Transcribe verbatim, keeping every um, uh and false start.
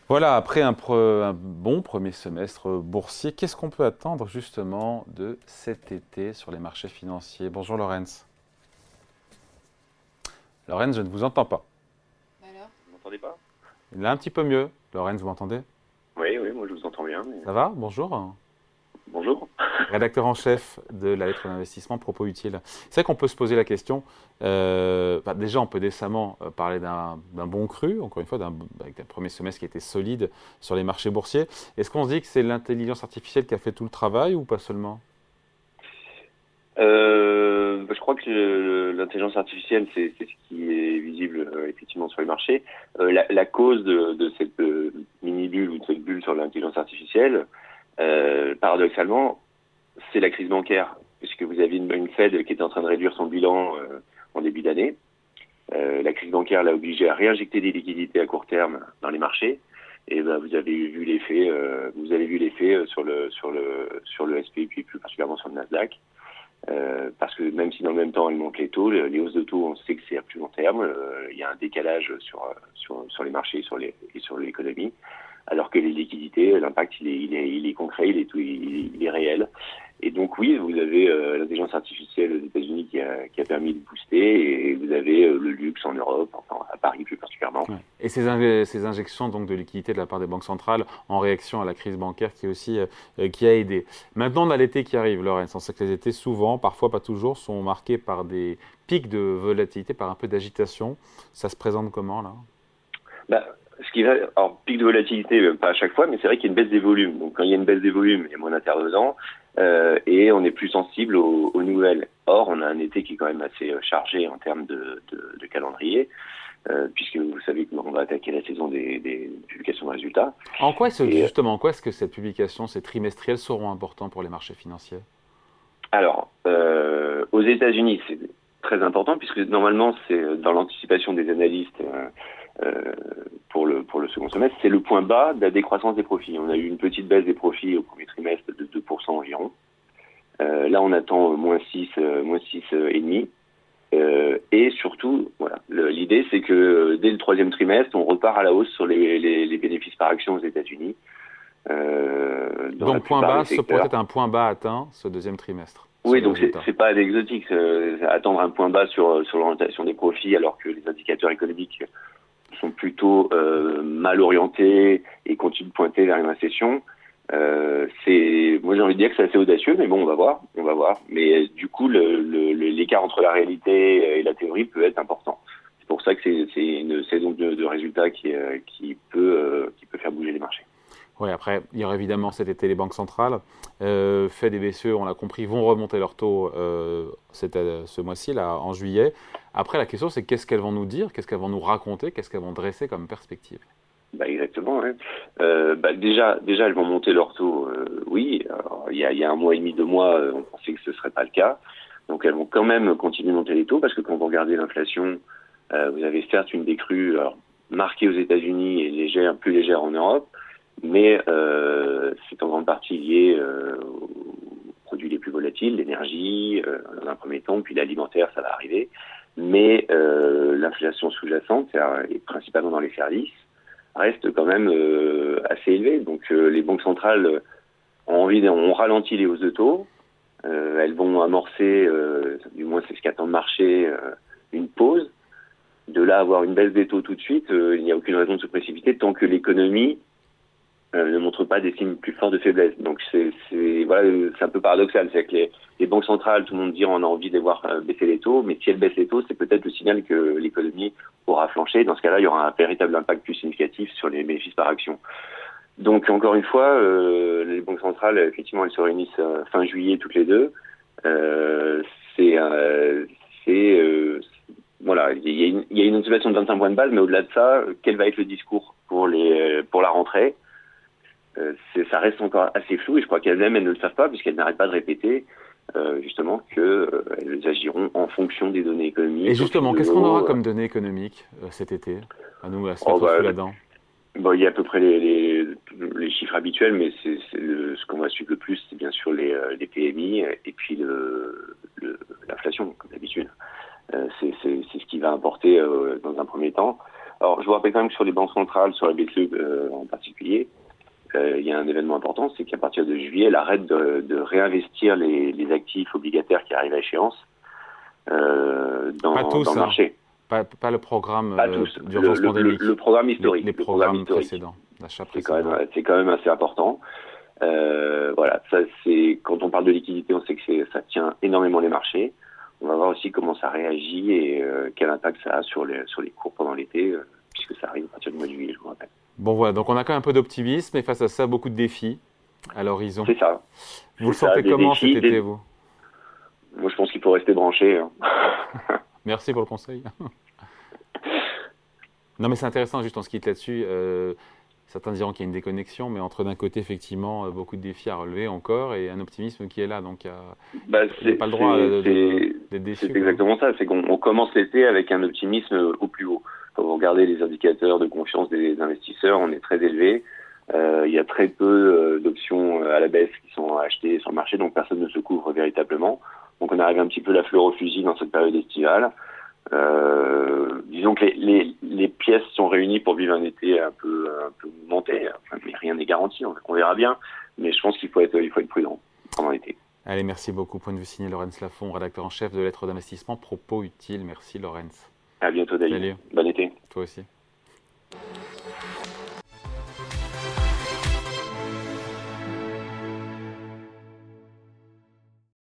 Voilà, après un, pre- un bon premier semestre boursier, qu'est-ce qu'on peut attendre justement de cet été sur les marchés financiers? Bonjour Laurence. Laurence, je ne vous entends pas. Alors? Vous m'entendez pas? Là, un petit peu mieux. Laurence, vous m'entendez? Oui, oui, moi je vous entends bien. mais- Ça va? Bonjour. Bonjour. Rédacteur en chef de la lettre d'investissement Propos Utile. C'est vrai qu'on peut se poser la question. euh, bah, déjà, on peut décemment euh, parler d'un d'un bon cru, encore une fois, d'un avec un premier semestre qui était solide sur les marchés boursiers. Est-ce qu'on se dit que c'est l'intelligence artificielle qui a fait tout le travail ou pas seulement? Euh, bah, je crois que le- l'intelligence artificielle, c'est c'est ce qui est visible euh, effectivement sur les marchés. Euh, la, la cause de, de cette euh, mini-bulle ou de cette bulle sur l'intelligence artificielle, euh, paradoxalement, c'est la crise bancaire, puisque vous avez une, une Fed qui était en train de réduire son bilan euh, en début d'année. Euh, la crise bancaire l'a obligé à réinjecter des liquidités à court terme dans les marchés. Et ben, vous avez vu l'effet, euh, vous avez vu l'effet euh, sur le sur le sur le S P puis plus particulièrement sur le Nasdaq. Euh, parce que même si dans le même temps elle monte les taux, les hausses de taux, on sait que c'est à plus long terme. Euh, il y a un décalage sur sur sur les marchés, sur les et sur l'économie, alors que les liquidités, l'impact il est il est il est concret, il est tout, il, il est réel. Et donc oui, vous avez euh, l'intelligence artificielle aux États-Unis qui a qui a permis de booster, et vous avez euh, le luxe en Europe, enfin à Paris plus particulièrement. Ouais. Et ces, in- ces injections donc, de liquidités de la part des banques centrales en réaction à la crise bancaire qui, aussi, euh, euh, qui a aidé. Maintenant, on a l'été qui arrive, Laurence. On sait que les étés, souvent, parfois pas toujours, sont marqués par des pics de volatilité, par un peu d'agitation. Ça se présente comment, là? Bah, ce qui va, alors pic de volatilité, euh, pas à chaque fois, mais c'est vrai qu'il y a une baisse des volumes. Donc quand il y a une baisse des volumes, il y a moins d'intervenants euh, et on est plus sensible aux, aux nouvelles. Or, on a un été qui est quand même assez euh, chargé en termes de, de, de calendrier, euh, puisque vous savez qu'on va attaquer la saison des, des publications de résultats. En quoi est-ce, Et justement, en quoi est-ce que cette publication, ces trimestriels, seront importants pour les marchés financiers? alors, euh, aux États-Unis, c'est très important puisque normalement, c'est dans l'anticipation des analystes. Euh, euh, pour le pour le second semestre, c'est le point bas de la décroissance des profits. On a eu une petite baisse des profits au premier trimestre de deux pour cent environ. Euh, là, on attend euh, moins six, euh, moins six euh, et demi. Euh, et surtout, voilà, le- l'idée c'est que euh, dès le troisième trimestre, on repart à la hausse sur les, les, les bénéfices par action aux États-Unis, euh, dans la Donc, point plupart bas, des ce pourrait secteurs. être un point bas atteint ce deuxième trimestre sur Oui, les donc c'est résultats. c'est pas anecdotique, euh, attendre un point bas sur sur l'orientation des profits alors que les indicateurs économiques sont plutôt euh, mal orientés et continuent de pointer vers une récession. Euh, c'est, moi j'ai envie de dire que c'est assez audacieux, mais bon, on va voir, on va voir. Mais du coup, le, le, l'écart entre la réalité et la théorie peut être important. C'est pour ça que c'est, c'est une saison de, de résultats qui, euh, qui peut, euh, qui peut faire bouger les marchés. Oui, après, il y aura évidemment cet été les banques centrales. Euh, Fed et B C E, on l'a compris, vont remonter leur taux euh, cet, euh, ce mois-ci, là, en juillet. Après, la question, c'est qu'est-ce qu'elles vont nous dire, qu'est-ce qu'elles vont nous raconter, qu'est-ce qu'elles vont dresser comme perspective? Bah exactement. Hein. Euh, bah déjà, déjà elles vont monter leur taux. Euh, oui, alors, il y a, il y a un mois et demi, deux mois, euh, on pensait que ce serait pas le cas. Donc elles vont quand même continuer de monter les taux parce que quand vous regardez l'inflation, euh, vous avez certes une décrue alors, marquée aux États-Unis et légère, plus légère en Europe, mais euh, c'est en grande partie lié euh, aux produits les plus volatiles, l'énergie euh, dans un premier temps, puis l'alimentaire, ça va arriver. Mais euh, l'inflation sous-jacente, et principalement dans les services, reste quand même euh, assez élevé. Donc euh, les banques centrales ont envie, de, ont ralenti les hausses de taux. Euh, elles vont amorcer, euh, du moins c'est ce qu'attend le marché, euh, une pause. De là à avoir une baisse des taux tout de suite, euh, il n'y a aucune raison de se précipiter tant que l'économie euh, ne montre pas des signes plus forts de faiblesse. Donc c'est, c'est voilà, c'est un peu paradoxal, c'est que les, les banques centrales, tout le monde dit on a envie de les voir euh, baisser les taux, mais si elles baissent les taux, c'est peut-être le signal que l'économie aura flanché. Dans ce cas-là, il y aura un véritable impact plus significatif sur les bénéfices par action. Donc encore une fois, euh, les banques centrales, effectivement, elles se réunissent euh, fin juillet toutes les deux. Euh, c'est euh, c'est euh, voilà, il y a une, il y a une anticipation de vingt-cinq points de base, mais au-delà de ça, quel va être le discours pour les pour la rentrée? Euh, c'est, ça reste encore assez flou et je crois qu'elles-mêmes, elles ne le savent pas puisqu'elles n'arrêtent pas de répéter euh, justement qu'elles euh, agiront en fonction des données Et économiques au fil justement, de qu'est-ce qu'on aura l'eau. comme données économiques euh, cet été, à nous à se Oh mettre bah, sous la dent? bon, il y a à peu près les, les, les chiffres habituels, mais c'est, c'est le, ce qu'on va suivre le plus, c'est bien sûr les, euh, les P M I et puis le, le, l'inflation, comme d'habitude. Euh, c'est, c'est, c'est ce qui va importer euh, dans un premier temps. alors, je vous rappelle quand même que sur les banques centrales, sur la B C E euh, en particulier, euh, il y a un événement important, c'est qu'à partir de juillet, elle arrête de, de réinvestir les, les actifs obligataires qui arrivent à échéance euh, dans, pas tous, dans le hein. marché. Pas, pas le programme Pas euh, tous. d'urgence Le, pandémique. Le, le programme historique. Les, les le programmes programme historique. précédents, d'achat C'est quand, précédents. même, c'est quand même assez important. Euh, voilà, ça c'est quand on parle de liquidité, on sait que c'est, ça tient énormément les marchés. On va voir aussi comment ça réagit et euh, quel impact ça a sur les sur les cours pendant l'été, euh, puisque ça arrive à partir du mois de juillet, je vous rappelle. Bon voilà, donc on a quand même un peu d'optimisme, et face à ça, beaucoup de défis à l'horizon. C'est ça. Vous c'est le sentez ça, comment défis, cet été, des... vous? Moi, je pense qu'il faut rester branché. Hein. Merci pour le conseil. Non, mais c'est intéressant, juste on se quitte là-dessus. Euh, certains diront qu'il y a une déconnexion, mais entre d'un côté, effectivement, beaucoup de défis à relever encore et un optimisme qui est là. Donc, il bah, n'y a pas le droit de, de, d'être déçu. C'est exactement ça. C'est qu'on on commence l'été avec un optimisme au plus haut. Quand vous regardez les indicateurs de confiance des investisseurs, on est très élevé. Euh, il y a très peu euh, d'options à la baisse qui sont achetées sur le marché, donc personne ne se couvre véritablement. Donc, on arrive un petit peu la fleur au fusil dans cette période estivale. Euh, disons que les, les, les pièces sont réunies pour vivre un été un peu, un peu mouvementé, enfin, mais rien n'est garanti, on, on verra bien, mais je pense qu'il faut être, il faut être prudent pendant l'été. Allez, merci beaucoup. Point de vue signé Laurens Lafont, rédacteur en chef de Lettres d'investissement, Propos utiles. Merci Laurens. À bientôt David. Salut. Bon été. Toi aussi.